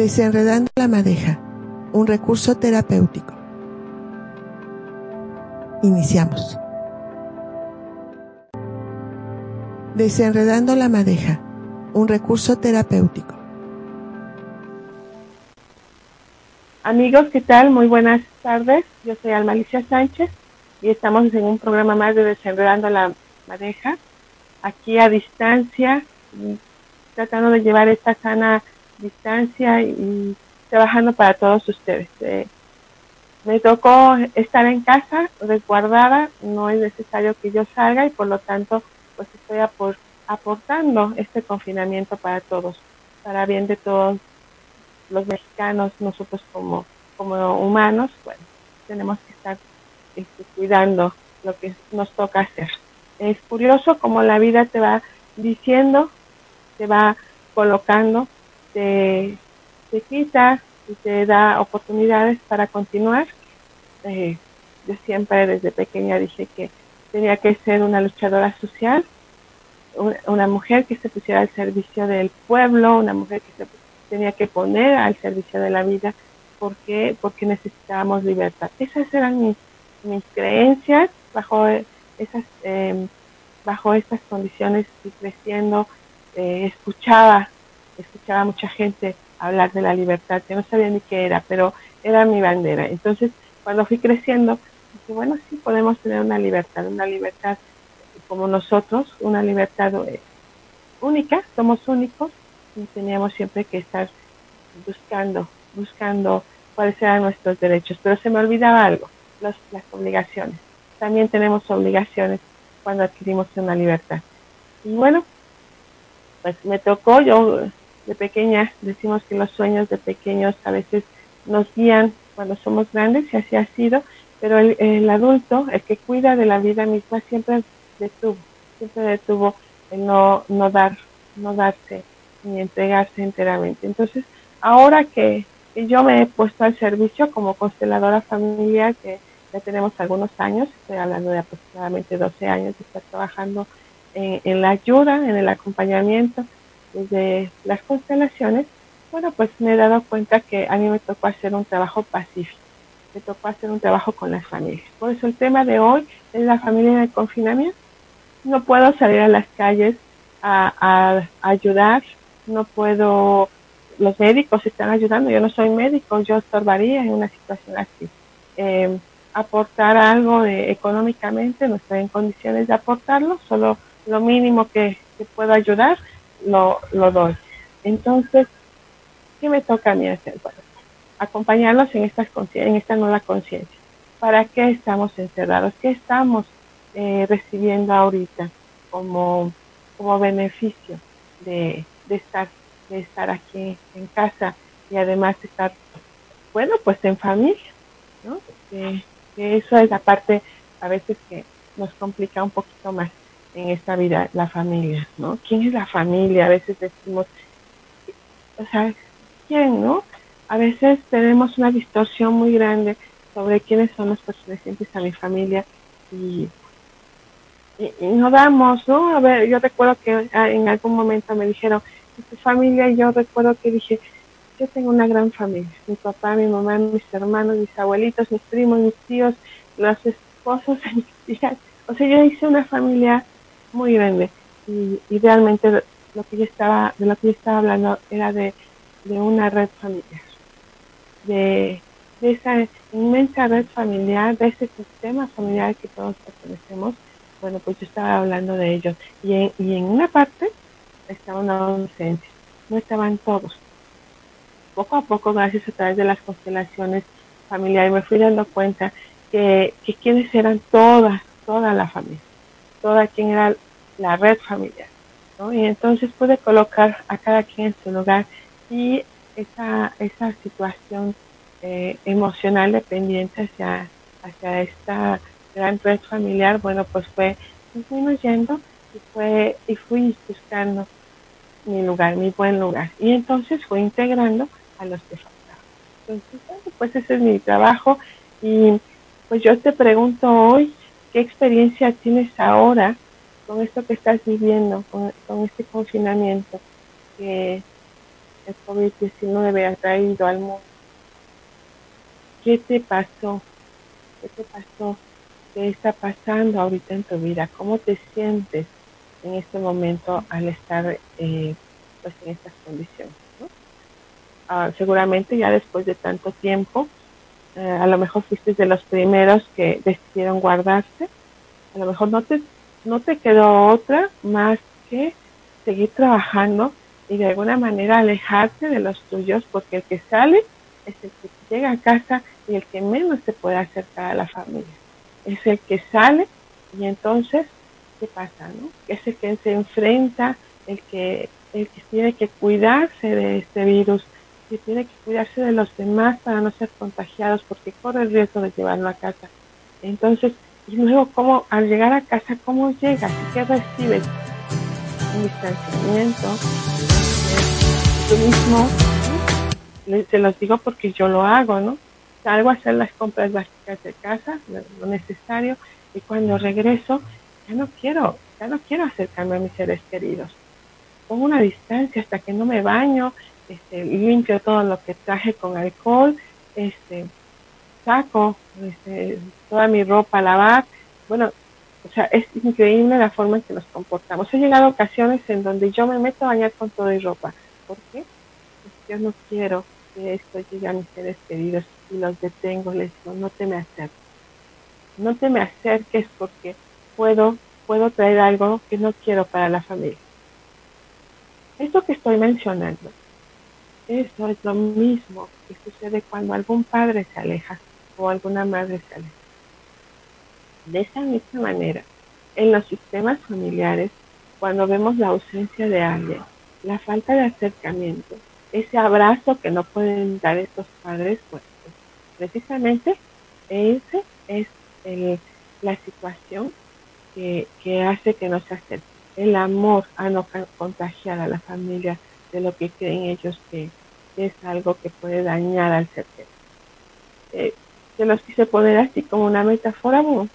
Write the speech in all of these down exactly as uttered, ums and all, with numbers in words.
Desenredando la madeja, un recurso terapéutico. Iniciamos. Desenredando la madeja, un recurso terapéutico. Amigos, ¿qué tal? Muy buenas tardes. Yo soy Alma Alicia Sánchez y estamos en un programa más de Desenredando la madeja, aquí a distancia, tratando de llevar esta sana distancia y trabajando para todos ustedes. Eh, me tocó estar en casa resguardada, no es necesario que yo salga y por lo tanto pues estoy apor aportando este confinamiento para todos, para bien de todos los mexicanos. Nosotros como, como humanos, bueno, tenemos que estar este, cuidando lo que nos toca hacer. Es curioso cómo la vida te va diciendo, te va colocando, te, te quita y te da oportunidades para continuar. Eh, yo siempre desde pequeña dije que tenía que ser una luchadora social, una, una mujer que se pusiera al servicio del pueblo, una mujer que se tenía que poner al servicio de la vida, porque porque necesitábamos libertad. Esas eran mis, mis creencias bajo esas eh, bajo estas condiciones. Fui creciendo, eh, escuchaba escuchaba a mucha gente hablar de la libertad, que no sabía ni qué era, pero era mi bandera. Entonces, cuando fui creciendo, dije, bueno, sí podemos tener una libertad, una libertad como nosotros, una libertad eh, única, somos únicos y teníamos siempre que estar buscando, buscando cuáles eran nuestros derechos. Pero se me olvidaba algo, los, las obligaciones. También tenemos obligaciones cuando adquirimos una libertad. Y bueno, pues me tocó, yo de pequeña, decimos que los sueños de pequeños a veces nos guían cuando somos grandes, y así ha sido, pero el, el adulto, el que cuida de la vida misma, siempre detuvo, siempre detuvo el no, no dar, no darse ni entregarse enteramente. Entonces, ahora que, que yo me he puesto al servicio como consteladora familiar, que ya tenemos algunos años, estoy hablando de aproximadamente doce años de estar trabajando en, en la ayuda, en el acompañamiento de las constelaciones, bueno, pues me he dado cuenta que a mí me tocó hacer un trabajo pacífico, me tocó hacer un trabajo con las familias. Por eso el tema de hoy es la familia en el confinamiento. No puedo salir a las calles a, a, a ayudar, no puedo, los médicos están ayudando, yo no soy médico, yo estorbaría en una situación así. Eh, aportar algo de, económicamente, no estoy en condiciones de aportarlo, solo lo mínimo que, que puedo ayudar, lo, lo doy. Entonces, ¿qué me toca a mí hacer? Bueno, acompañarlos en, estas, en esta nueva conciencia. ¿Para qué estamos encerrados? ¿Qué estamos eh, recibiendo ahorita como, como beneficio de, de, estar, de estar aquí en casa y además estar, bueno, pues en familia, ¿no? Que, que eso es la parte a veces que nos complica un poquito más en esta vida, la familia, ¿no? ¿Quién es la familia? A veces decimos, o sea, ¿quién, no? A veces tenemos una distorsión muy grande sobre quiénes son los pertenecientes a mi familia y, y, y no damos, ¿no? A ver, yo recuerdo que en algún momento me dijeron, ¿tu familia? Y yo recuerdo que dije, yo tengo una gran familia, mi papá, mi mamá, mis hermanos, mis abuelitos, mis primos, mis tíos, los esposos de mis hijas. O sea, yo hice una familia muy grande y, y realmente lo que yo estaba, de lo que yo estaba hablando era de, de una red familiar, de, de esa inmensa red familiar, de ese sistema familiar que todos pertenecemos. Bueno, pues yo estaba hablando de ellos y en, y en una parte estaban ausentes, no estaban todos. Poco a poco, gracias a través de las constelaciones familiares, me fui dando cuenta que, que quienes eran todas, toda la familia, toda quien era la red familiar, ¿no? Y entonces pude colocar a cada quien en su lugar y esa, esa situación eh, emocional dependiente hacia, hacia esta gran red familiar, bueno, pues fue disminuyendo y, fue, y fui buscando mi lugar, mi buen lugar. Y entonces fui integrando a los que faltaban. Entonces, bueno, pues ese es mi trabajo. Y pues yo te pregunto hoy, ¿qué experiencia tienes ahora con esto que estás viviendo, con, con este confinamiento? Que, el COVID diecinueve ha traído al mundo. ¿Qué te pasó? ¿Qué te pasó? ¿Qué está pasando ahorita en tu vida? ¿Cómo te sientes en este momento al estar eh, pues en estas condiciones, ¿no? Uh, seguramente ya después de tanto tiempo, eh, a lo mejor fuiste de los primeros que decidieron guardarse. A lo mejor no te, no te quedó otra más que seguir trabajando y de alguna manera alejarte de los tuyos, porque el que sale es el que llega a casa y el que menos se puede acercar a la familia. Es el que sale y entonces, ¿qué pasa, no? Es el que se enfrenta, el que, el que tiene que cuidarse de este virus, que tiene que cuidarse de los demás para no ser contagiados, porque corre el riesgo de llevarlo a casa. Entonces, y luego, ¿cómo, al llegar a casa, cómo llegas? ¿Qué recibes? Un distanciamiento. Tú mismo, ¿no? Se los digo porque yo lo hago, ¿no? Salgo a hacer las compras básicas de casa, lo necesario, y cuando regreso, ya no quiero, ya no quiero acercarme a mis seres queridos. Pongo una distancia hasta que no me baño, este, limpio todo lo que traje con alcohol, este, saco este, toda mi ropa a lavar. Bueno, o sea, es increíble la forma en que nos comportamos. He llegado a ocasiones en donde yo me meto a bañar con toda mi ropa. ¿Por qué? Porque yo no quiero que esto llegue a mis seres queridos y los detengo, les digo, no te me acerques. No te me acerques porque puedo, puedo traer algo que no quiero para la familia. Esto que estoy mencionando, eso es lo mismo que sucede cuando algún padre se aleja o alguna madre se aleja. De esa misma manera, en los sistemas familiares, cuando vemos la ausencia de alguien, la falta de acercamiento, ese abrazo que no pueden dar estos padres, pues, pues precisamente ese es el, la situación que, que hace que no se acerque. El amor a no contagiar a la familia de lo que creen ellos que, que es algo que puede dañar al ser querido. Eh, se los quise poner así como una metáfora, bueno,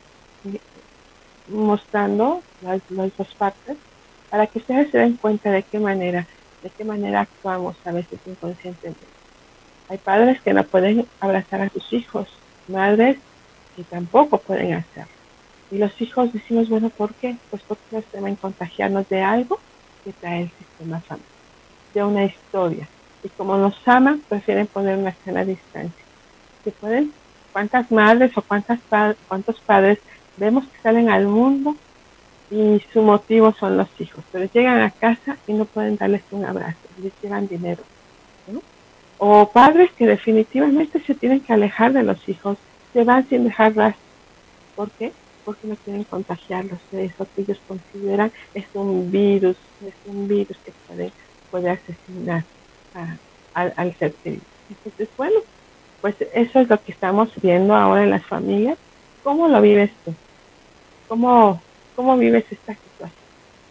mostrando las, las dos partes para que ustedes se den cuenta de qué manera, de qué manera actuamos a veces inconscientemente. Hay padres que no pueden abrazar a sus hijos, madres que tampoco pueden hacerlo. Y los hijos decimos, bueno, ¿por qué? Pues porque nos temen contagiarnos de algo que trae el sistema familiar, de una historia. Y como nos aman, prefieren poner una sana distancia. Si pueden, ¿cuántas madres o cuántas pa cuántos padres vemos que salen al mundo y su motivo son los hijos, pero llegan a casa y no pueden darles un abrazo, les llevan dinero, ¿no? O padres que definitivamente se tienen que alejar de los hijos, se van sin dejar rastro. ¿Por qué? Porque no quieren contagiarlos de eso que ellos consideran es un virus, es un virus que puede, puede asesinar a, a, al ser querido. Entonces, bueno, pues eso es lo que estamos viendo ahora en las familias. ¿Cómo lo vives tú? ¿Cómo, cómo vives esta situación?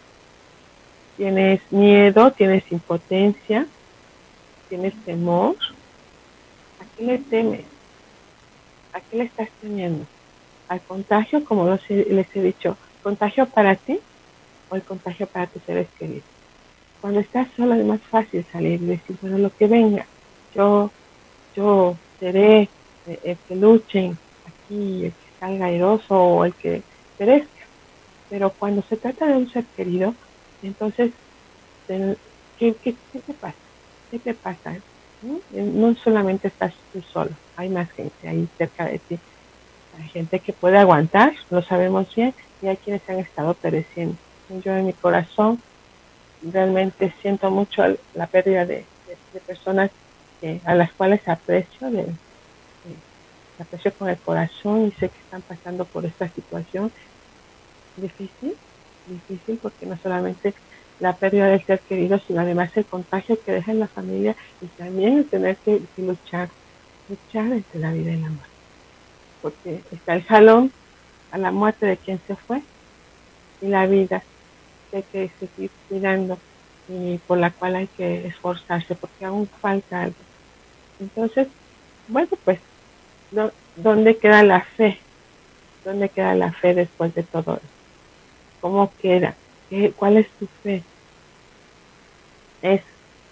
¿Tienes miedo? ¿Tienes impotencia? ¿Tienes temor? ¿A qué le temes? ¿A qué le estás temiendo? ¿Al contagio, como los, les he dicho, contagio para ti o el contagio para tus seres queridos? Cuando estás solo es más fácil salir y decir, bueno, lo que venga, yo, yo seré el que luchen aquí, el que salga airoso o el que perezca. Pero cuando se trata de un ser querido, entonces, ¿qué, qué, qué te pasa? ¿Qué te pasa? ¿No? No solamente estás tú solo, hay más gente ahí cerca de ti. Hay gente que puede aguantar, lo sabemos bien, y hay quienes han estado pereciendo. Yo en mi corazón realmente siento mucho la pérdida de, de, de personas que, a las cuales aprecio, de, de, aprecio con el corazón y sé que están pasando por esta situación difícil, difícil porque no solamente la pérdida del ser querido, sino además el contagio que deja en la familia y también el tener que, que luchar, luchar entre la vida y la muerte. Porque está el jalón a la muerte de quien se fue y la vida que hay que seguir cuidando y por la cual hay que esforzarse porque aún falta algo. Entonces, bueno, pues, ¿no? ¿Dónde queda la fe? ¿Dónde queda la fe después de todo esto? ¿Cómo queda? ¿Qué, ¿Cuál es tu fe? Es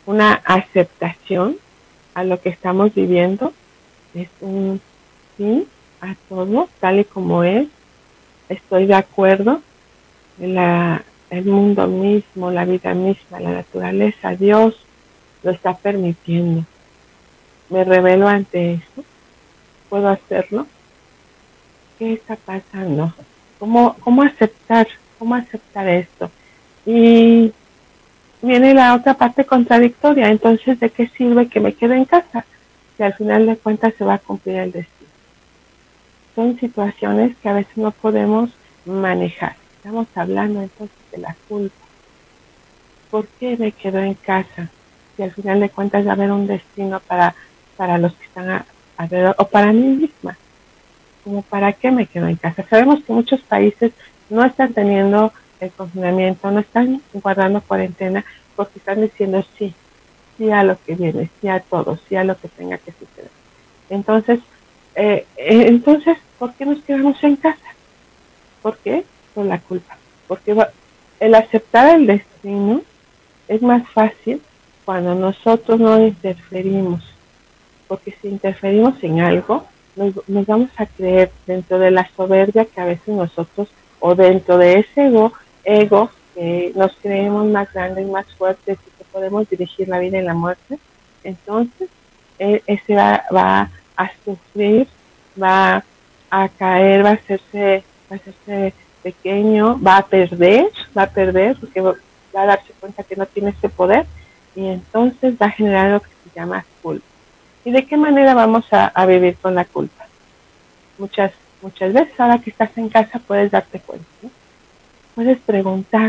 una aceptación a lo que estamos viviendo, es un sí a todo tal y como es, estoy de acuerdo, la, el mundo mismo, la vida misma, la naturaleza, Dios lo está permitiendo. Me revelo ante eso, puedo hacerlo. ¿Qué está pasando? ¿Cómo, cómo aceptar, cómo aceptar esto? Y viene la otra parte contradictoria, entonces, ¿de qué sirve que me quede en casa? Si al final de cuentas se va a cumplir el destino. Son situaciones que a veces no podemos manejar. Estamos hablando entonces de la culpa. ¿Por qué me quedo en casa? Si al final de cuentas va a haber un destino para, para los que están alrededor, o para mí misma. Como para qué me quedo en casa. Sabemos que muchos países no están teniendo el confinamiento, no están guardando cuarentena, porque están diciendo sí, sí a lo que viene, sí a todo, sí a lo que tenga que suceder. Entonces, eh, eh, entonces, ¿por qué nos quedamos en casa? ¿Por qué? Por la culpa. Porque va, el aceptar el destino es más fácil cuando nosotros no interferimos, porque si interferimos en algo, nos, nos vamos a creer dentro de la soberbia que a veces nosotros, o dentro de ese ego, ego que nos creemos más grandes, más fuertes y que podemos dirigir la vida y la muerte, entonces eh, ese va, va a sufrir, va a caer, va a hacerse, va a hacerse pequeño, va a perder, va a perder, porque va a darse cuenta que no tiene ese poder, y entonces va a generar lo que se llama culpa. ¿Y de qué manera vamos a, a vivir con la culpa? Muchas, muchas veces, ahora que estás en casa, puedes darte cuenta, ¿no? Puedes preguntar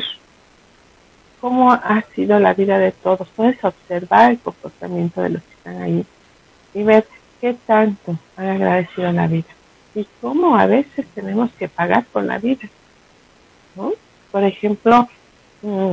cómo ha sido la vida de todos, puedes observar el comportamiento de los que están ahí y ver qué tanto han agradecido la vida y cómo a veces tenemos que pagar por la vida, ¿no? Por ejemplo, mmm,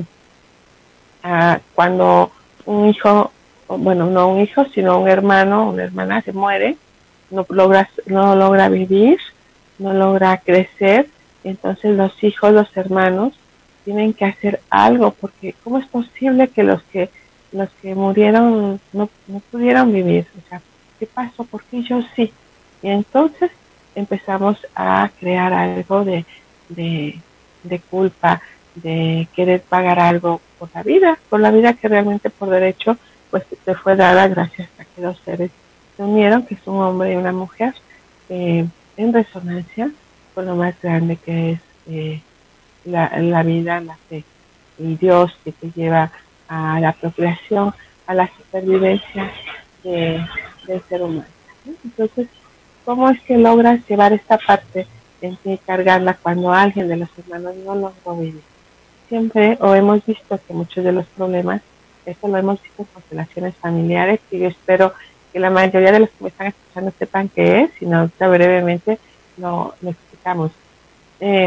ah, cuando un hijo, bueno, no un hijo, sino un hermano, una hermana se muere, no logra, no logra vivir, no logra crecer, entonces los hijos, los hermanos, tienen que hacer algo, porque ¿cómo es posible que los que los que murieron no, no pudieron vivir? O sea, ¿qué pasó? ¿Por qué yo sí? Y entonces empezamos a crear algo de, de, de culpa, de querer pagar algo por la vida, por la vida que realmente por derecho pues te fue dada gracias a que los seres se unieron, que es un hombre y una mujer, eh, en resonancia con lo más grande que es eh, la, la vida, la fe, y Dios que te lleva a la procreación, a la supervivencia de, del ser humano. Entonces, ¿cómo es que logras llevar esta parte en ti y cargarla cuando alguien de los hermanos no logró vivir? Siempre, o hemos visto que muchos de los problemas, esto lo hemos visto en constelaciones familiares, y yo espero que la mayoría de los que me están escuchando sepan qué es, si no, brevemente lo, lo explicamos. Eh,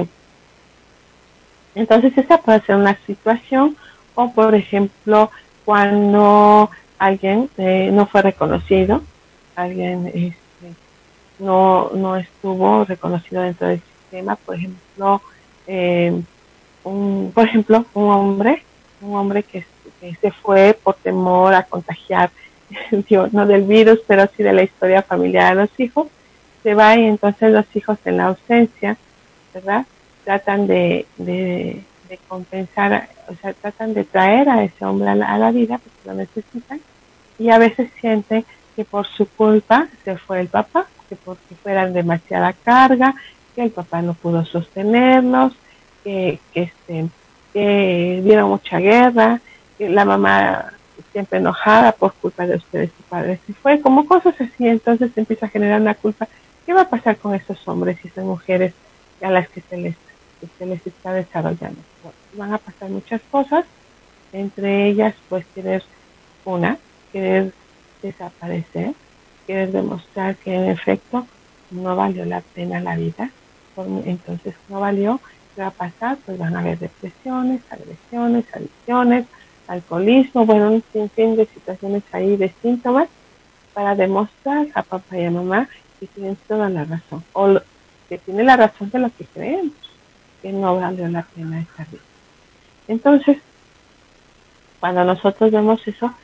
entonces, esa puede ser una situación, o por ejemplo, cuando alguien eh, no fue reconocido, alguien este, no, no estuvo reconocido dentro del sistema, por ejemplo, eh, un, por ejemplo, un hombre, un hombre que, que se fue por temor a contagiar, no del virus, pero sí de la historia familiar a los hijos, se va y entonces los hijos en la ausencia, ¿verdad? Tratan de, de, de compensar, o sea, tratan de traer a ese hombre a la, a la vida porque lo necesitan, y a veces sienten que por su culpa se fue el papá, que porque fueran demasiada carga, que el papá no pudo sostenerlos, que, que, este, que vieron mucha guerra, que la mamá siempre enojada por culpa de ustedes, su padre se fue, como cosas así. Entonces se empieza a generar una culpa. ¿Qué va a pasar con esos hombres y esas mujeres a las que se les, que se les está desarrollando? Bueno, van a pasar muchas cosas, entre ellas pues querer una, querer desaparecer, querer demostrar que en efecto no valió la pena la vida, entonces no valió. ¿Qué va a pasar? Pues van a haber depresiones, agresiones, adicciones, alcoholismo, bueno, un sinfín de situaciones ahí, de síntomas, para demostrar a papá y a mamá que tienen toda la razón, o lo, que tiene la razón de lo que creemos, que no valió la pena esta vida. Entonces, cuando nosotros vemos eso,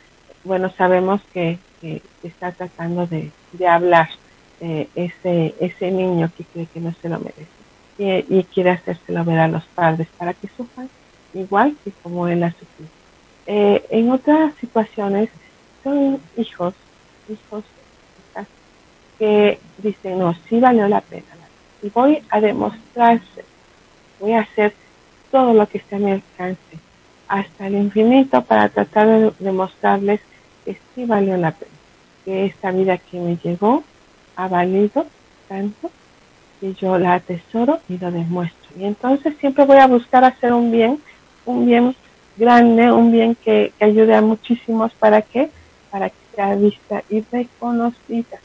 bueno, sabemos que, que está tratando de, de hablar eh, ese, ese niño que cree que no se lo merece y, y quiere hacérselo ver a los padres para que sufran igual que como él ha sufrido. Eh, en otras situaciones son hijos, hijos, hijas, que dicen, no, sí valió la pena. Y voy a demostrarse, voy a hacer todo lo que esté a mi alcance, hasta el infinito, para tratar de demostrarles que sí valió la pena, que esta vida que me llegó ha valido tanto que yo la atesoro y lo demuestro. Y entonces siempre voy a buscar hacer un bien, un bien grande, un bien que, que ayude a muchísimos. ¿Para qué? Para que sea vista y reconocida.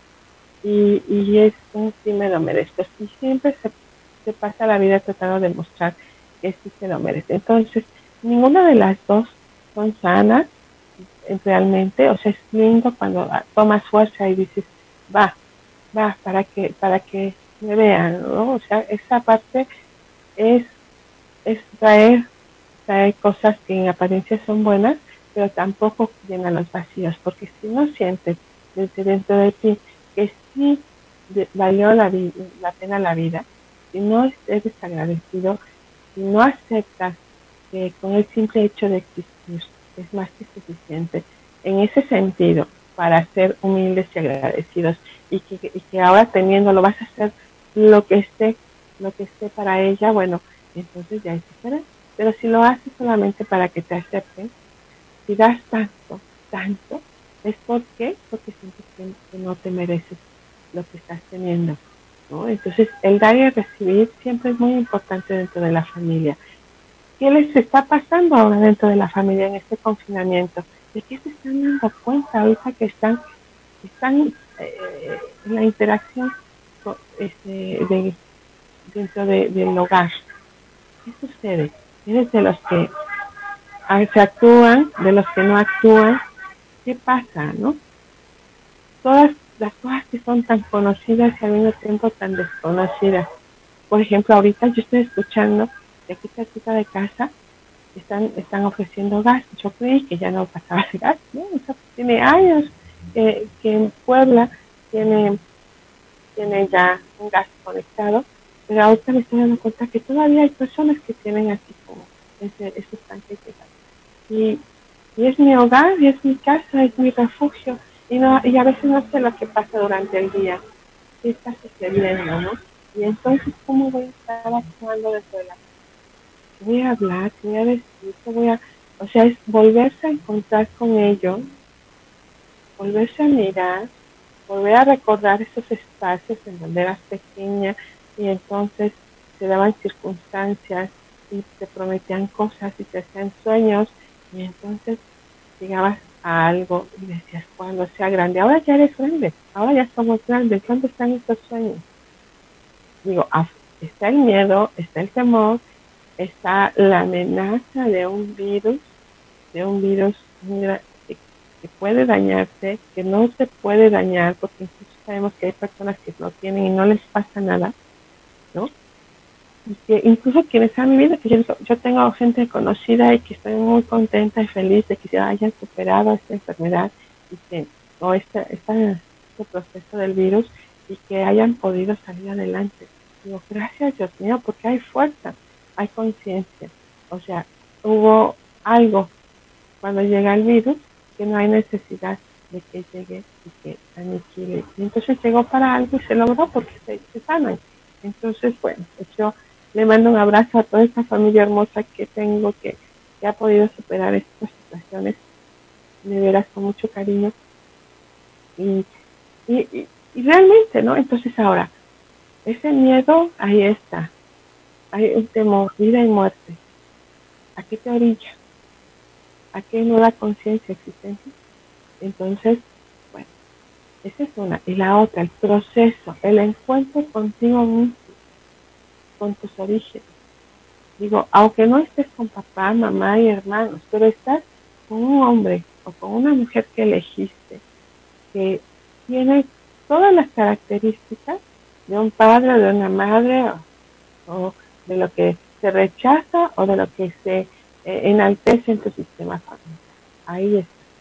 Y, y es un sí me lo merezco. Y siempre se, se pasa la vida tratando de mostrar que sí se lo merece. Entonces, ninguna de las dos son sanas realmente. O sea, es lindo cuando tomas fuerza y dices, va, va, para que, para que me vean, ¿no? O sea, esa parte es, es traer, traer cosas que en apariencia son buenas, pero tampoco llenan los vacíos, porque si no sientes desde dentro de ti que sí de, valió la, la pena la vida, si no eres agradecido, si no aceptas que con el simple hecho de existir es más que suficiente, en ese sentido, para ser humildes y agradecidos, y que, y que ahora teniéndolo vas a hacer lo que esté, lo que esté para ella, bueno, entonces ya es diferente. Pero si lo haces solamente para que te acepten, si das tanto, tanto, es porque, porque sientes que, que no te mereces lo que estás teniendo, ¿no? Entonces, el dar y el recibir siempre es muy importante dentro de la familia. ¿Qué les está pasando ahora dentro de la familia en este confinamiento? ¿De qué se están dando cuenta ahorita que están, están eh, en la interacción este, de, dentro de, del hogar? ¿Qué sucede? ¿Eres de los que se actúan, de los que no actúan? ¿Qué pasa, no? Todas las cosas que son tan conocidas y al mismo tiempo tan desconocidas. Por ejemplo, ahorita yo estoy escuchando de aquí cerquita de casa están están ofreciendo gas. Yo creí que ya no pasaba el gas, ¿no? O sea, tiene años que, que en Puebla tiene, tiene ya un gas conectado, pero ahorita me estoy dando cuenta que todavía hay personas que tienen así como ese, esos tanques de gas. Y, y es mi hogar, y es mi casa, es mi refugio, y, no, y a veces no sé lo que pasa durante el día, qué está sucediendo, ¿no? Y entonces, ¿cómo voy a estar actuando dentro de la voy a hablar, voy a decir, voy a, o sea, es volverse a encontrar con ellos, volverse a mirar, volver a recordar esos espacios en donde eras pequeña y entonces se daban circunstancias y te prometían cosas y te hacían sueños y entonces llegabas a algo y decías, cuando sea grande, ahora ya eres grande, ahora ya somos grandes, ¿dónde están estos sueños? Digo, está el miedo, está el temor, está la amenaza de un virus, de un virus que, que puede dañarse, que no se puede dañar, porque incluso sabemos que hay personas que lo tienen y no les pasa nada, ¿no? Y que incluso quienes han vivido, que yo, yo tengo gente conocida y que estoy muy contenta y feliz de que se hayan superado esta enfermedad y que, o esta, esta, este proceso del virus y que hayan podido salir adelante. Digo, gracias Dios mío, porque hay fuerza, hay conciencia. O sea, hubo algo cuando llega el virus que no hay necesidad de que llegue y que aniquile. Y entonces llegó para algo y se logró porque se, se sanan. Entonces, bueno, pues yo le mando un abrazo a toda esta familia hermosa que tengo, que, que ha podido superar estas situaciones, de veras con mucho cariño. Y, y, y, y realmente, ¿no? Entonces ahora, ese miedo, ahí está. Hay un temor, vida y muerte. ¿A qué te orilla? ¿A qué nueva conciencia existente? Entonces, bueno, esa es una. Y la otra, el proceso, el encuentro contigo mismo, con tus orígenes. Digo, aunque no estés con papá, mamá y hermanos, pero estás con un hombre o con una mujer que elegiste, que tiene todas las características de un padre o de una madre, o, o de lo que se rechaza o de lo que se eh, enaltece en tu sistema familiar. Ahí está.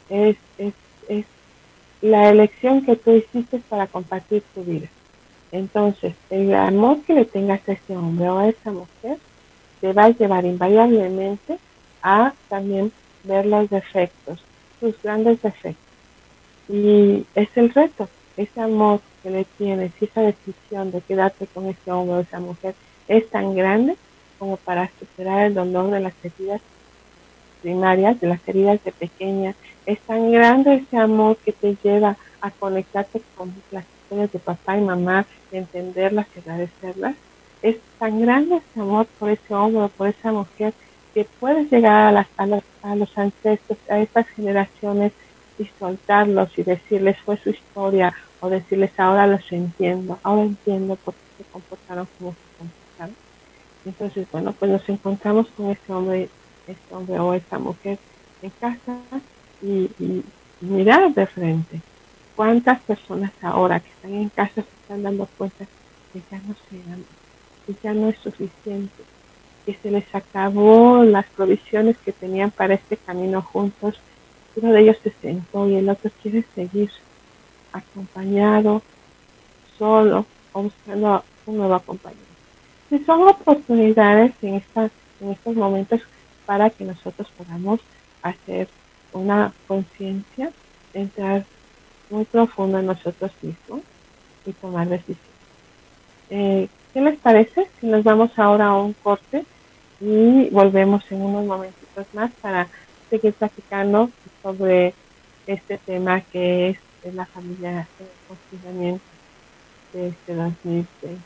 es, es, es la elección que tú hiciste para compartir tu vida. Entonces, el amor que le tengas a ese hombre o a esa mujer te va a llevar invariablemente a también ver los defectos, sus grandes defectos. Y es el reto, ese amor que le tienes y esa decisión de quedarte con ese hombre o esa mujer es tan grande como para superar el dolor de las heridas primarias, de las heridas de pequeña. Es tan grande ese amor que te lleva a conectarte con las historias de papá y mamá, de entenderlas y agradecerlas. Es tan grande ese amor por ese hombre o por esa mujer que puedes llegar a, las, a, los, a los ancestros, a estas generaciones y soltarlos y decirles fue su historia o decirles ahora los entiendo, ahora entiendo por qué se comportaron como se comportaron. Entonces, bueno, pues nos encontramos con este hombre, este hombre o esta mujer en casa y, y, y mirar de frente. ¿Cuántas personas ahora que están en casa se están dando cuenta que ya no se aman, que ya no es suficiente, que se les acabó las provisiones que tenían para este camino juntos? Uno de ellos se sentó y el otro quiere seguir acompañado, solo o buscando un nuevo acompañante. Y son oportunidades en, estas, en estos momentos para que nosotros podamos hacer una conciencia, entrar muy profundo en nosotros mismos y tomar decisiones. Eh, ¿Qué les parece si nos vamos ahora a un corte y volvemos en unos momentitos más para seguir platicando sobre este tema que es, es la familia en el confinamiento de este dos mil veinte?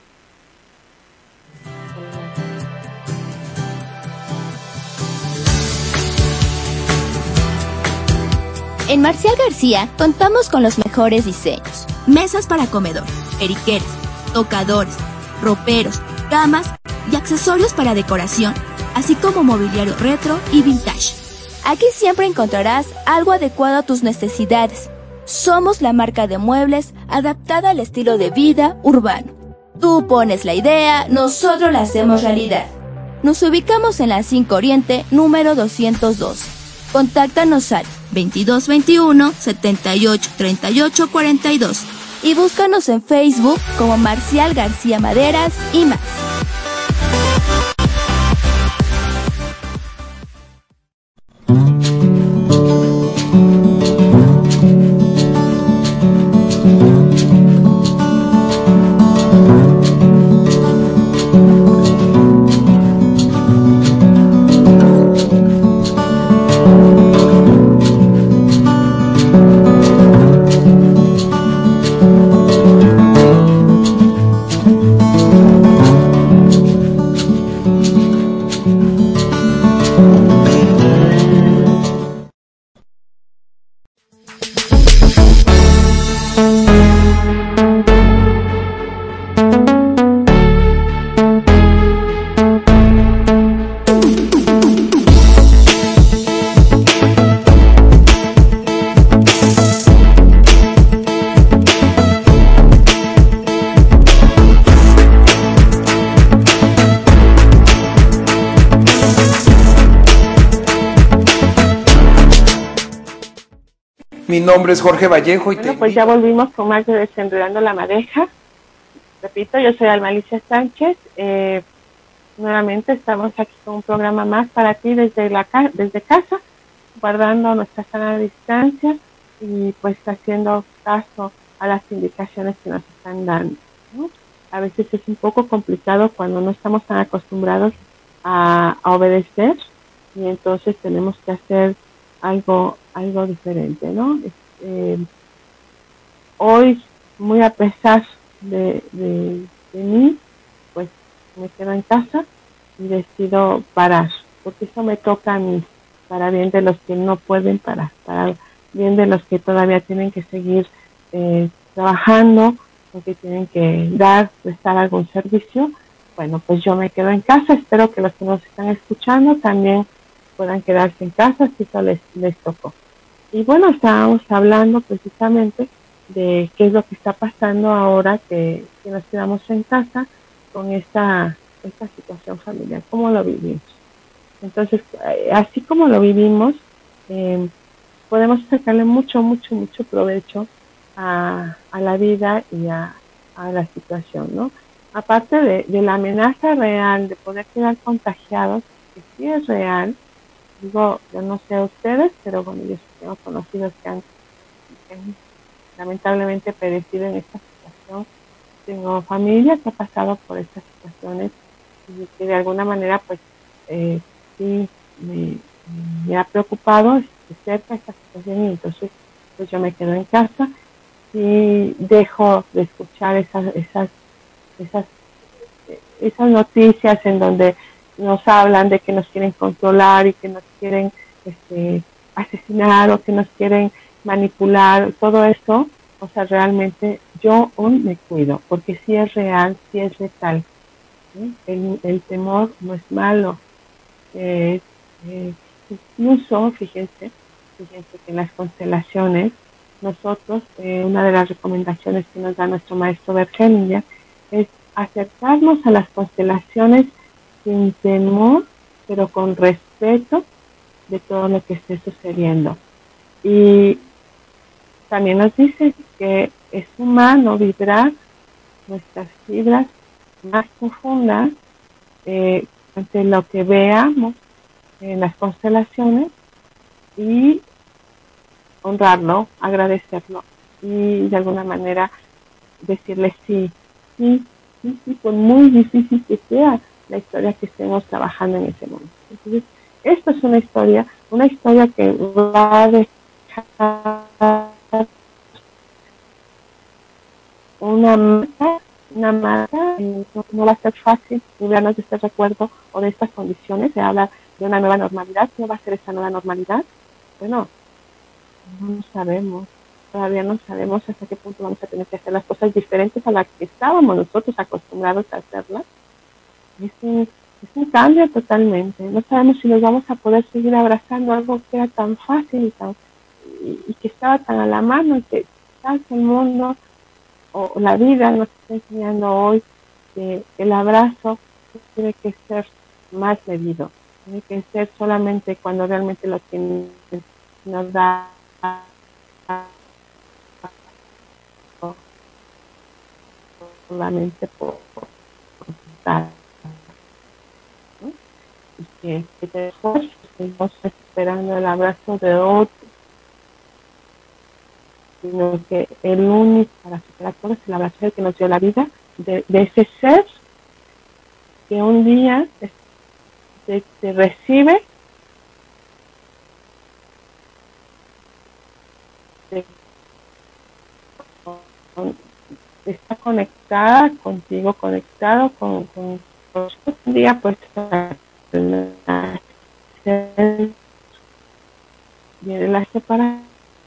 En Marcial García contamos con los mejores diseños. Mesas para comedor, periqueres, tocadores, roperos, camas y accesorios para decoración, así como mobiliario retro y vintage. Aquí siempre encontrarás algo adecuado a tus necesidades. Somos la marca de muebles adaptada al estilo de vida urbano. Tú pones la idea, nosotros la hacemos realidad. Nos ubicamos en la cinco Oriente, número doscientos dos. Contáctanos al veintidós veintiuno, setenta y ocho, treinta y ocho, cuarenta y dos y búscanos en Facebook como Marcial García Maderas y más. Mi nombre es Jorge Vallejo y bueno, te pues ya volvimos con más de Desenredando la Madeja. Repito, yo soy Almalicia Sánchez. Eh, nuevamente estamos aquí con un programa más para ti desde la desde casa, guardando nuestra sana distancia y pues haciendo caso a las indicaciones que nos están dando, ¿no? A veces es un poco complicado cuando no estamos tan acostumbrados a, a obedecer y entonces tenemos que hacer algo algo diferente, ¿no? Eh, hoy, muy a pesar de, de, de mí, pues me quedo en casa y decido parar, porque eso me toca a mí, para bien de los que no pueden parar, para bien de los que todavía tienen que seguir eh, trabajando, o que tienen que dar, prestar algún servicio. Bueno, pues yo me quedo en casa, espero que los que nos están escuchando también puedan quedarse en casa si eso les, les tocó. Y bueno, estábamos hablando precisamente de qué es lo que está pasando ahora que, que nos quedamos en casa con esta, esta situación familiar, cómo lo vivimos. Entonces, así como lo vivimos, eh, podemos sacarle mucho, mucho, mucho provecho a, a la vida y a, a la situación, ¿no? Aparte de, de la amenaza real de poder quedar contagiados, que sí es real, digo, yo no sé a ustedes, pero bueno, yo sí tengo conocidos que han, que han lamentablemente perecido en esta situación. Tengo familia que ha pasado por estas situaciones y que de alguna manera, pues, eh, sí me, me ha preocupado de cerca esta situación, y entonces, pues yo me quedo en casa y dejo de escuchar esas, esas, esas, esas noticias en donde nos hablan de que nos quieren controlar y que nos quieren este, asesinar o que nos quieren manipular, todo eso. O sea, realmente yo aún me cuido, porque sí es real, sí es letal. ¿Sí? El, el temor no es malo. Eh, eh, incluso, fíjense, fíjense que en las constelaciones, nosotros, eh, una de las recomendaciones que nos da nuestro maestro Bert Hellinger es acercarnos a las constelaciones sin temor, pero con respeto de todo lo que esté sucediendo. Y también nos dice que es humano vibrar nuestras fibras más profundas eh, ante lo que veamos en las constelaciones y honrarlo, agradecerlo y de alguna manera decirle sí, sí, sí, sí, por muy difícil que sea la historia que estemos trabajando en ese momento. Entonces, esto es una historia, una historia que va a dejar una marca, una marca, eh, no, no va a ser fácil librarnos de este recuerdo o de estas condiciones. Se habla de una nueva normalidad. ¿Qué va a ser esa nueva normalidad? Bueno, no sabemos, todavía no sabemos hasta qué punto vamos a tener que hacer las cosas diferentes a las que estábamos nosotros acostumbrados a hacerlas. Es un, es un cambio totalmente. No sabemos si nos vamos a poder seguir abrazando algo que era tan fácil y, tan, y, y que estaba tan a la mano y que quizás el mundo o la vida nos está enseñando hoy que el abrazo tiene que ser más medido, tiene que ser solamente cuando realmente lo que nos da solamente por dar, ¿no? Y que, que después seguimos esperando el abrazo de otro, sino que el único para superar todo es el abrazo que nos dio la vida, de, de ese ser que un día te, te recibe, te, con, está conectada contigo, conectado con, con, con un día pues viene la separación.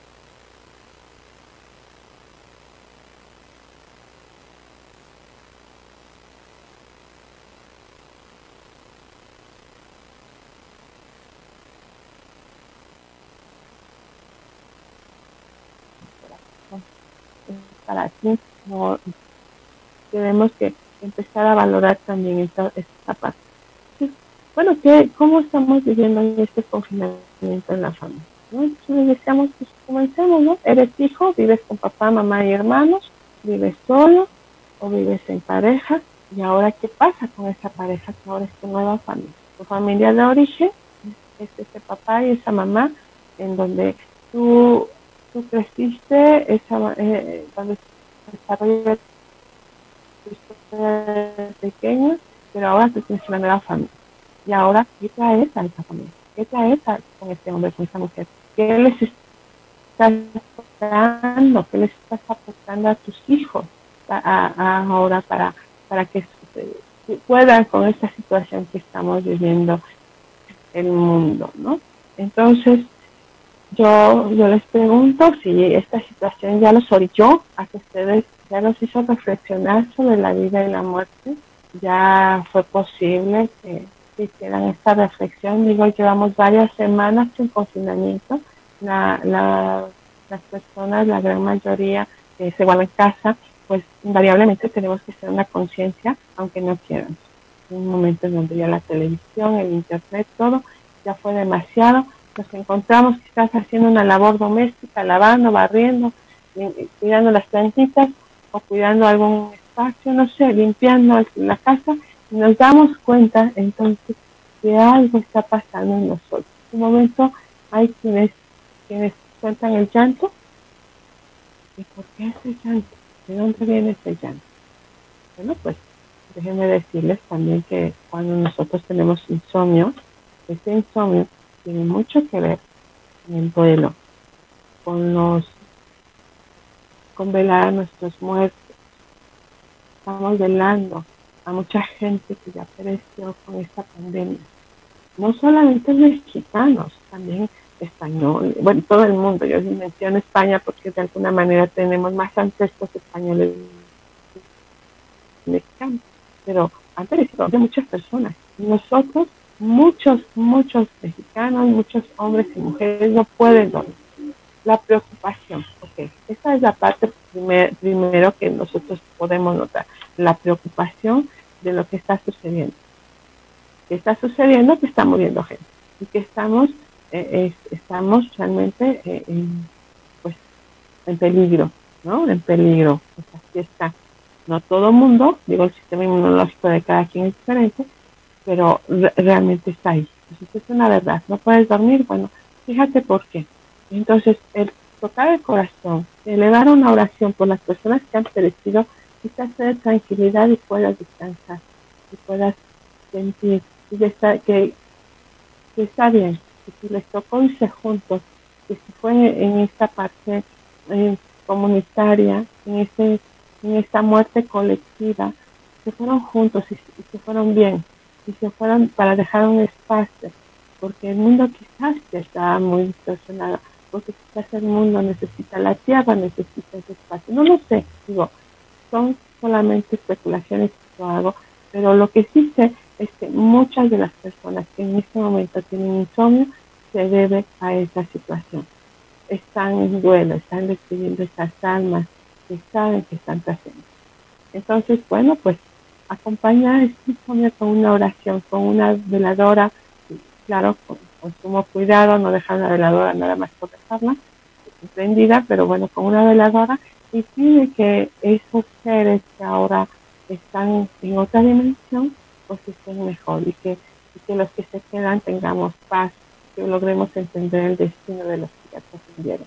Para ti, no, tenemos que empezar a valorar también esta, esta parte. Entonces, bueno, ¿qué, ¿cómo estamos viviendo en este confinamiento en la familia? ¿No? Entonces decíamos, pues comencemos, ¿no? Eres hijo, vives con papá, mamá y hermanos, vives solo o vives en pareja, y ahora ¿qué pasa con esa pareja que ahora es tu nueva familia? Tu familia de origen es ese papá y esa mamá en donde tú, tú creciste, esa, eh, donde se desarrolla pequeños, pero ahora tú tienes una nueva familia. Y ahora, ¿qué traes a esa familia? ¿Qué traes a, con este hombre, con esta mujer? ¿Qué les estás aportando? ¿Qué les estás aportando a tus hijos a, a, ahora para, para que eh, puedan con esta situación que estamos viviendo el mundo, ¿no? Entonces, yo, yo les pregunto si esta situación ya los orilló a que ustedes, ya los hizo reflexionar sobre la vida y la muerte, ya fue posible que, que hicieran esta reflexión. Digo, llevamos varias semanas en confinamiento, la, la, las personas, la gran mayoría que se guardan en casa, pues invariablemente tenemos que hacer una conciencia, aunque no quieran. En un momento en donde ya la televisión, el internet, todo, ya fue demasiado, nos encontramos quizás haciendo una labor doméstica, lavando, barriendo, cuidando las plantitas o cuidando algún espacio, no sé, limpiando la casa, y nos damos cuenta entonces que algo está pasando en nosotros. En un momento hay quienes, quienes sueltan el llanto. ¿Y por qué ese llanto? ¿De dónde viene ese llanto? Bueno, pues déjenme decirles también que cuando nosotros tenemos insomnio, ese insomnio tiene mucho que ver con el duelo, con los, con velar a nuestros muertos. Estamos velando a mucha gente que ya pereció con esta pandemia. No solamente mexicanos, también españoles, bueno, todo el mundo. Yo menciono España porque de alguna manera tenemos más ancestros españoles mexicanos, pero han perecido de muchas personas. Nosotros, muchos, muchos mexicanos, muchos hombres y mujeres no pueden dormir. La preocupación, ok, esa es la parte primer, primero que nosotros podemos notar, la preocupación de lo que está sucediendo. ¿Qué está sucediendo? Que está muriendo gente y que estamos, eh, es, estamos realmente eh, en, pues, en peligro, ¿no? En peligro. Pues así está. No todo el mundo, digo, el sistema inmunológico de cada quien es diferente, pero re realmente está ahí. Entonces es una verdad. ¿No puedes dormir? Bueno, fíjate por qué. Entonces, el tocar el corazón, elevar una oración por las personas que han perecido, quizás te dé tranquilidad y puedas descansar, y puedas sentir y está, que, que está bien, que si les tocó irse juntos, que si fue en esta parte eh, comunitaria, en, ese, en esta muerte colectiva, se fueron juntos y, y se fueron bien, y se fueron para dejar un espacio, porque el mundo quizás ya está muy distorsionado, porque quizás el mundo necesita, la tierra necesita ese espacio, no lo sé, digo, son solamente especulaciones que yo hago, pero lo que sí sé es que muchas de las personas que en este momento tienen insomnio se debe a esa situación. Están en duelo, están despidiendo esas almas que saben que están presentes. Entonces, bueno, pues acompañar este insomnio con una oración, con una veladora, claro, con, con sumo cuidado, no dejar la veladora nada más por dejarla prendida, pero bueno, con una veladora, y pide que esos seres que ahora están en otra dimensión, pues estén mejor, y que, y que los que se quedan tengamos paz, que logremos entender el destino de los que ya trascendieron.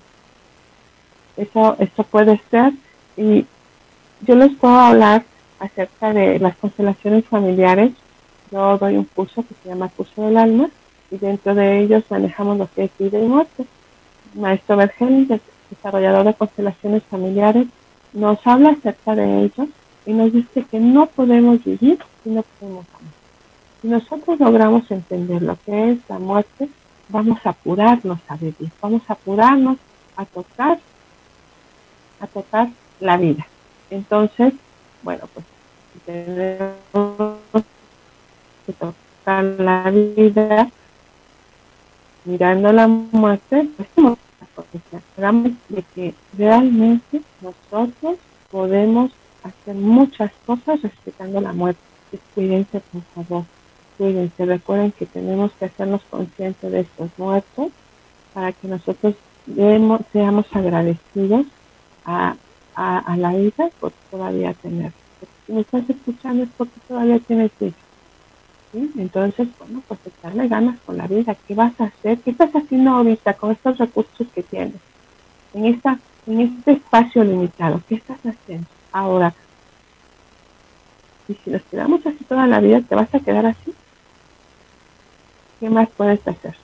Eso, eso puede ser, y yo les puedo hablar acerca de las constelaciones familiares. Yo doy un curso que se llama Curso del Alma, y dentro de ellos manejamos lo que es vida y muerte. Maestro Bergel, desarrollador de constelaciones familiares, nos habla acerca de ellos y nos dice que no podemos vivir si no podemos amar. Si nosotros logramos entender lo que es la muerte, vamos a apurarnos a vivir, vamos a apurarnos a tocar, a tocar la vida. Entonces, bueno, pues tenemos que tocar la vida mirando la muerte, pues hablamos de que realmente nosotros podemos hacer muchas cosas respetando la muerte. Cuídense, por favor, cuídense. Recuerden que tenemos que hacernos conscientes de estos muertos para que nosotros demos, seamos agradecidos a, a, a la vida por todavía tener. Si me estás escuchando es porque todavía tienes vida. ¿Sí? Entonces, bueno, pues echarle ganas con la vida. ¿Qué vas a hacer? ¿Qué estás haciendo ahorita con estos recursos que tienes? En esta, en este espacio limitado, ¿qué estás haciendo ahora? Y si nos quedamos así toda la vida, ¿te vas a quedar así? ¿Qué más puedes hacer?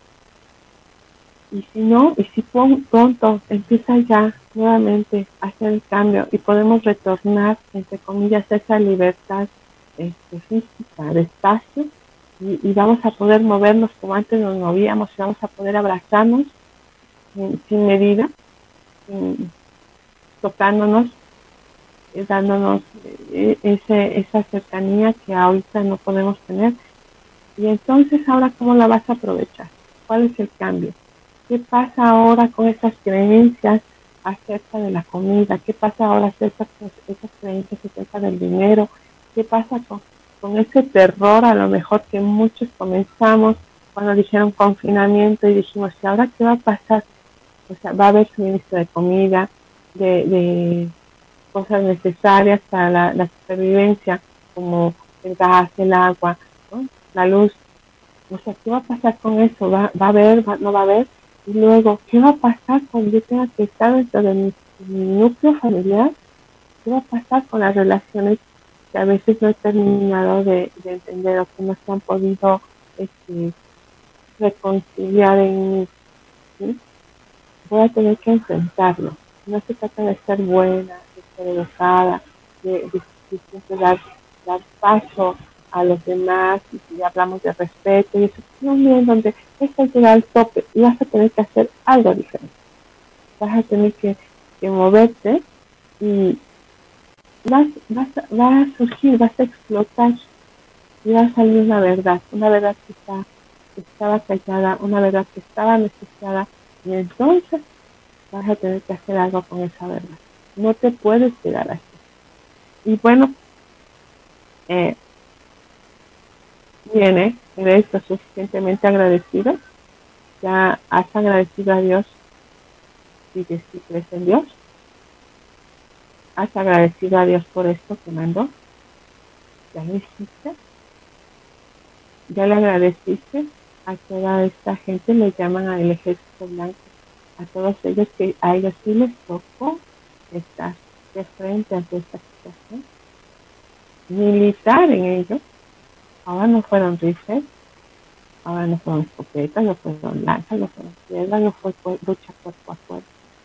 Y si no, y si pronto empieza ya nuevamente a hacer el cambio y podemos retornar, entre comillas, a esa libertad este, física, de espacio, y, y vamos a poder movernos como antes nos movíamos, y vamos a poder abrazarnos sin, sin medida, sin, tocándonos, eh, dándonos eh, ese, esa cercanía que ahorita no podemos tener. Y entonces, ¿ahora cómo la vas a aprovechar? ¿Cuál es el cambio? ¿Qué pasa ahora con esas creencias acerca de la comida? ¿Qué pasa ahora acerca de esas creencias acerca del dinero? ¿Qué pasa con, con ese terror a lo mejor que muchos comenzamos cuando dijeron confinamiento y dijimos, ¿y ahora qué va a pasar? O sea, va a haber suministro de comida, de, de cosas necesarias para la, la supervivencia, como el gas, el agua, ¿no? La luz. O sea, ¿qué va a pasar con eso? ¿Va, va a haber? Va, ¿No va a haber? Y luego, ¿qué va a pasar cuando yo tenga que estar dentro de mi, mi núcleo familiar? ¿Qué va a pasar con las relaciones que a veces no he terminado de, de entender o que no se han podido este, reconciliar en mí? ¿Sí? Voy a tener que enfrentarlo. No se trata de ser buena, de ser educada, de, de, de siempre dar, dar paso a los demás, y si hablamos de respeto, y eso es un bien donde esto llega al tope y vas a tener que hacer algo diferente. Vas a tener que, que moverte y vas, vas, va a surgir, vas a explotar y va a salir una verdad, una verdad que, está, que estaba callada, una verdad que estaba necesitada, y entonces vas a tener que hacer algo con esa verdad. No te puedes quedar así. Y bueno, eh, viene, eres lo suficientemente agradecido, ya has agradecido a Dios si te si crees en Dios, has agradecido a Dios por esto que mandó, ya lo hiciste, ya le agradeciste a toda esta gente, le llaman al ejército blanco, a todos ellos que a ellos sí les tocó estar de frente ante esta situación, militar en ellos. Ahora no fueron rifles, ahora no fueron escopetas, no fueron lanzas, no fueron piedras, no fue lucha cuerpo a cuerpo.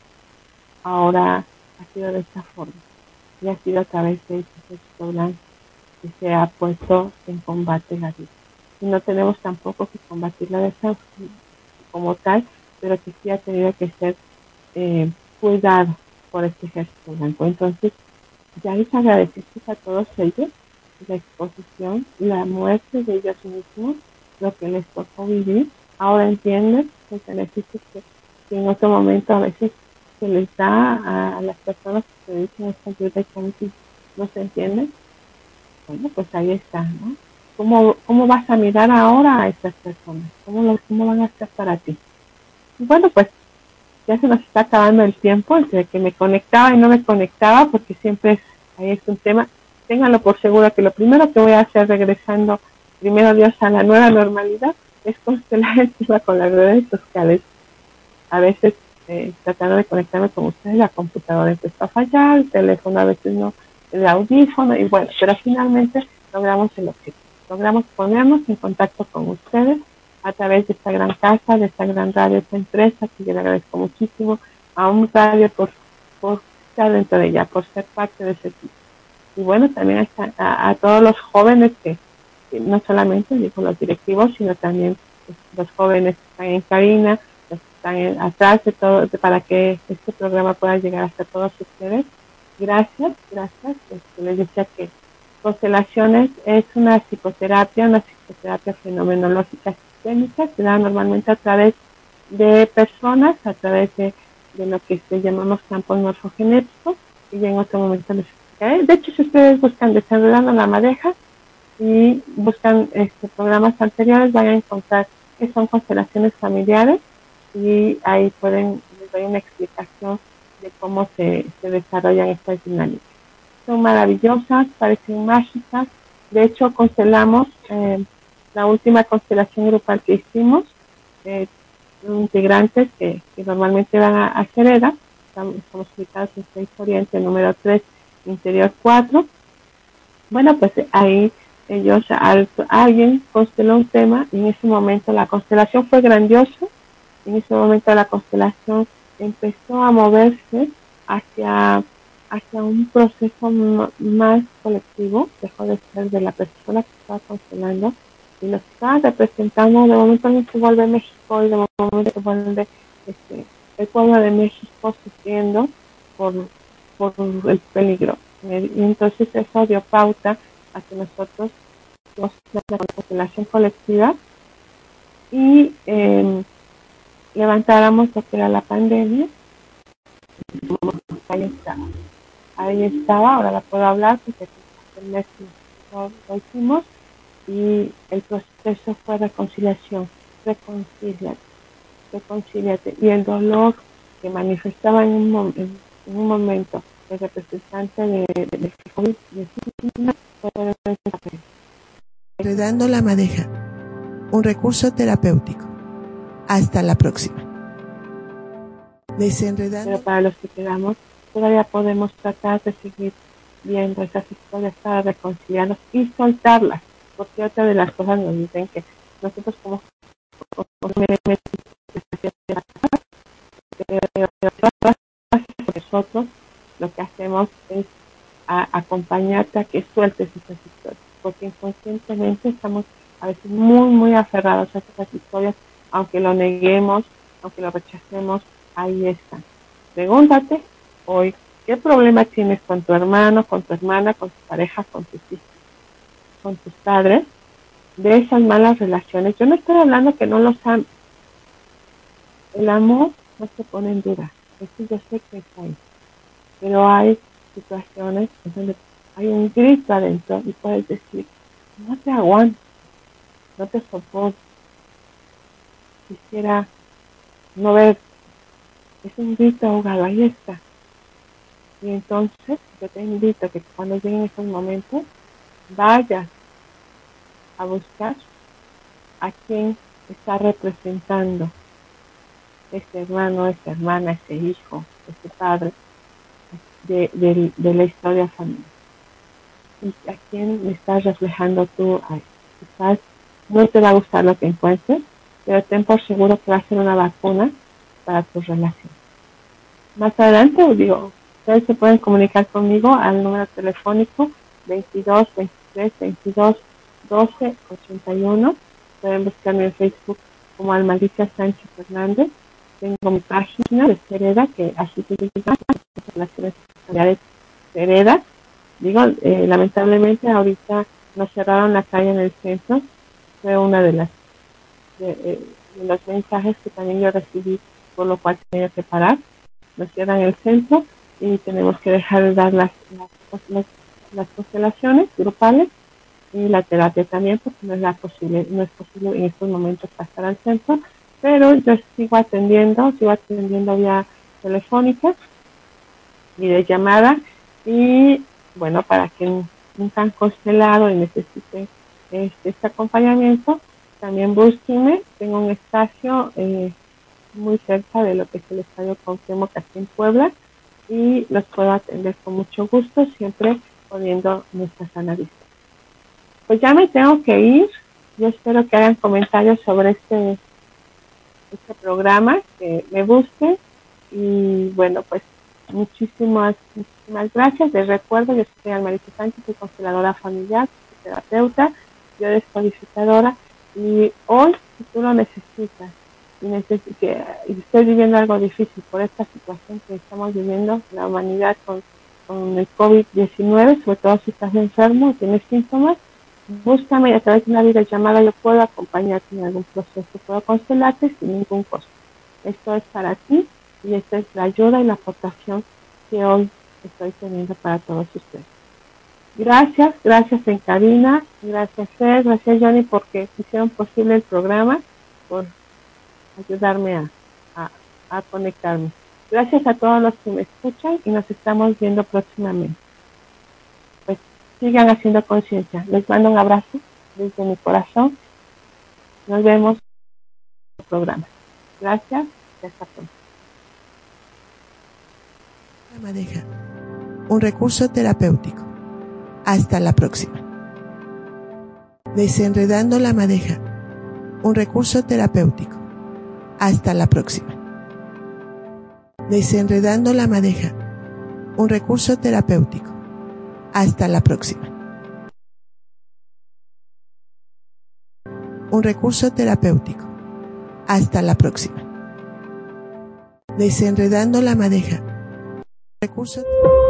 Ahora ha sido de esta forma, y ha sido a través de este ejército blanco que se ha puesto en combate la vida. Y no tenemos tampoco que combatirla de esa como tal, pero que sí ha tenido que ser eh, cuidado por este ejército blanco. Entonces, ya les agradeciste a todos ellos la exposición, la muerte de ellos mismos, lo que les tocó vivir. Ahora entiendes los beneficios que, que en otro momento a veces se les da a, a las personas que se dedican a esta ayuda y que no se entienden. Bueno, pues ahí está, ¿no? ¿Cómo, cómo vas a mirar ahora a estas personas? ¿Cómo, lo, cómo van a estar para ti? Y bueno, pues ya se nos está acabando el tiempo entre que me conectaba y no me conectaba, porque siempre es, ahí es un tema. Ténganlo por seguro que lo primero que voy a hacer regresando, primero Dios, a la nueva normalidad, es constelar el tema con las redes sociales. A veces eh, tratando de conectarme con ustedes, la computadora empezó a fallar, el teléfono a veces no, el audífono, y bueno, pero finalmente logramos el objetivo. Logramos ponernos en contacto con ustedes a través de esta gran casa, de esta gran radio, esta empresa, que yo le agradezco muchísimo a un radio por, por estar dentro de ella, por ser parte de ese equipo. Y bueno, también a, a, a todos los jóvenes que, que no solamente digo los directivos, sino también los jóvenes que están en cabina, los que están en, atrás de todo, de, para que este programa pueda llegar hasta todos ustedes. Gracias, gracias. Este, les decía que constelaciones es una psicoterapia, una psicoterapia fenomenológica sistémica, se da normalmente a través de personas, a través de, de lo que se llamamos campos morfogenéticos, y ya en otro momento les explicaré. De hecho, si ustedes buscan Desarrollando la Madeja y buscan este, programas anteriores, van a encontrar que son constelaciones familiares, y ahí pueden, les doy una explicación de cómo se, se desarrollan estas dinámicas. Son maravillosas, parecen mágicas. De hecho, constelamos eh, la última constelación grupal que hicimos, eh, integrantes que, que normalmente van a, a Cereda. Estamos, estamos ubicados en seis Oriente, número tres, interior cuatro. Bueno, pues ahí ellos, al, alguien consteló un tema, y en ese momento la constelación fue grandiosa. En ese momento la constelación empezó a moverse hacia hacia un proceso más colectivo, dejó de ser de la persona que estaba constelando, y lo que estaba representando. De momento no se vuelve México, y de momento se vuelve este, el pueblo de México sufriendo por, por el peligro. Y entonces eso dio pauta a que nosotros hicimos la constelación colectiva y eh, levantáramos lo que era la pandemia. Ahí estaba, ahí estaba, ahora la puedo hablar porque el mes lo, lo hicimos, y el proceso fue reconciliación. reconcíliate, reconcíliate. Y el dolor que manifestaba en un, mom en, en un momento el representante de, de, de COVID diecinueve, Enredando la madeja, un recurso terapéutico. Hasta la próxima. Desenredando. Pero para los que quedamos, todavía podemos tratar de seguir viendo esas historias para reconciliarnos y soltarlas, porque otra de las cosas nos dicen que nosotros como, como, como nosotros lo que hacemos es a, acompañarte a que sueltes esas historias, porque inconscientemente estamos a veces muy muy aferrados a esas historias, aunque lo neguemos, aunque lo rechacemos, ahí están. Pregúntate hoy, ¿qué problema tienes con tu hermano, con tu hermana, con tu pareja, con tus hijos, con tus padres, de esas malas relaciones? Yo no estoy hablando que no los ames. El amor no se pone en duda, eso yo sé que está ahí. Pero hay situaciones en donde hay un grito adentro y puedes decir, no te aguanto, no te soporto, quisiera no ver, es un grito ahogado, ahí está. Y entonces yo te invito a que cuando lleguen esos momentos, vayas a buscar a quien está representando ese hermano, esa hermana, ese hijo, ese padre de, de, de la historia familiar. Y a quién me estás reflejando tú ahí. Quizás no te va a gustar lo que encuentres, pero ten por seguro que va a ser una vacuna para tu relación. Más adelante, digo, ustedes se pueden comunicar conmigo al número telefónico veintidós, veintitrés, veintidós, doce, ochenta y uno. Pueden buscarme en Facebook como Almalicia Sánchez Hernández. Tengo mi página de Cereda, que así se llama, Relaciones Familiares Cereda. Digo, eh, lamentablemente ahorita nos cerraron la calle en el centro. Fue una de las de, eh, de los mensajes que también yo recibí, por lo cual tenía que parar. Nos cierran el centro y tenemos que dejar de dar las, las, las, las constelaciones grupales y la terapia también, porque no es, la posible, no es posible en estos momentos pasar al centro, pero yo sigo atendiendo, sigo atendiendo vía telefónica, videollamada, y bueno, para que nunca han constelado y necesiten este, este acompañamiento, también búsquenme. Tengo un espacio eh, muy cerca de lo que es el Estadio Cuauhtémoc aquí en Puebla, y los puedo atender con mucho gusto, siempre poniendo nuestra sana distancia. Pues ya me tengo que ir. Yo espero que hagan comentarios sobre este este programa, que me busquen, y bueno, pues muchísimas muchísimas gracias. Les recuerdo, yo soy Almalicia Sánchez, soy consteladora familiar, terapeuta, yo descodificadora, y hoy, si tú lo necesitas y, neces que, y estoy viviendo algo difícil por esta situación que estamos viviendo la humanidad con, con el COVID diecinueve, sobre todo si estás enfermo y tienes síntomas, búscame, y a través de una videollamada yo puedo acompañarte en algún proceso, puedo constelarte sin ningún costo. Esto es para ti, y esta es la ayuda y la aportación que hoy estoy teniendo para todos ustedes. Gracias, gracias en cabina, gracias Fer, gracias Johnny, porque hicieron posible el programa, por ayudarme a, a, a conectarme. Gracias a todos los que me escuchan, y nos estamos viendo próximamente. Pues sigan haciendo conciencia. Les mando un abrazo desde mi corazón. Nos vemos en el programa. Gracias y hasta pronto. La madeja, un recurso terapéutico. Hasta la próxima. Desenredando la madeja, un recurso terapéutico. Hasta la próxima. Desenredando la madeja, un recurso terapéutico. Hasta la próxima. Un recurso terapéutico. Hasta la próxima. Desenredando la madeja. Recurso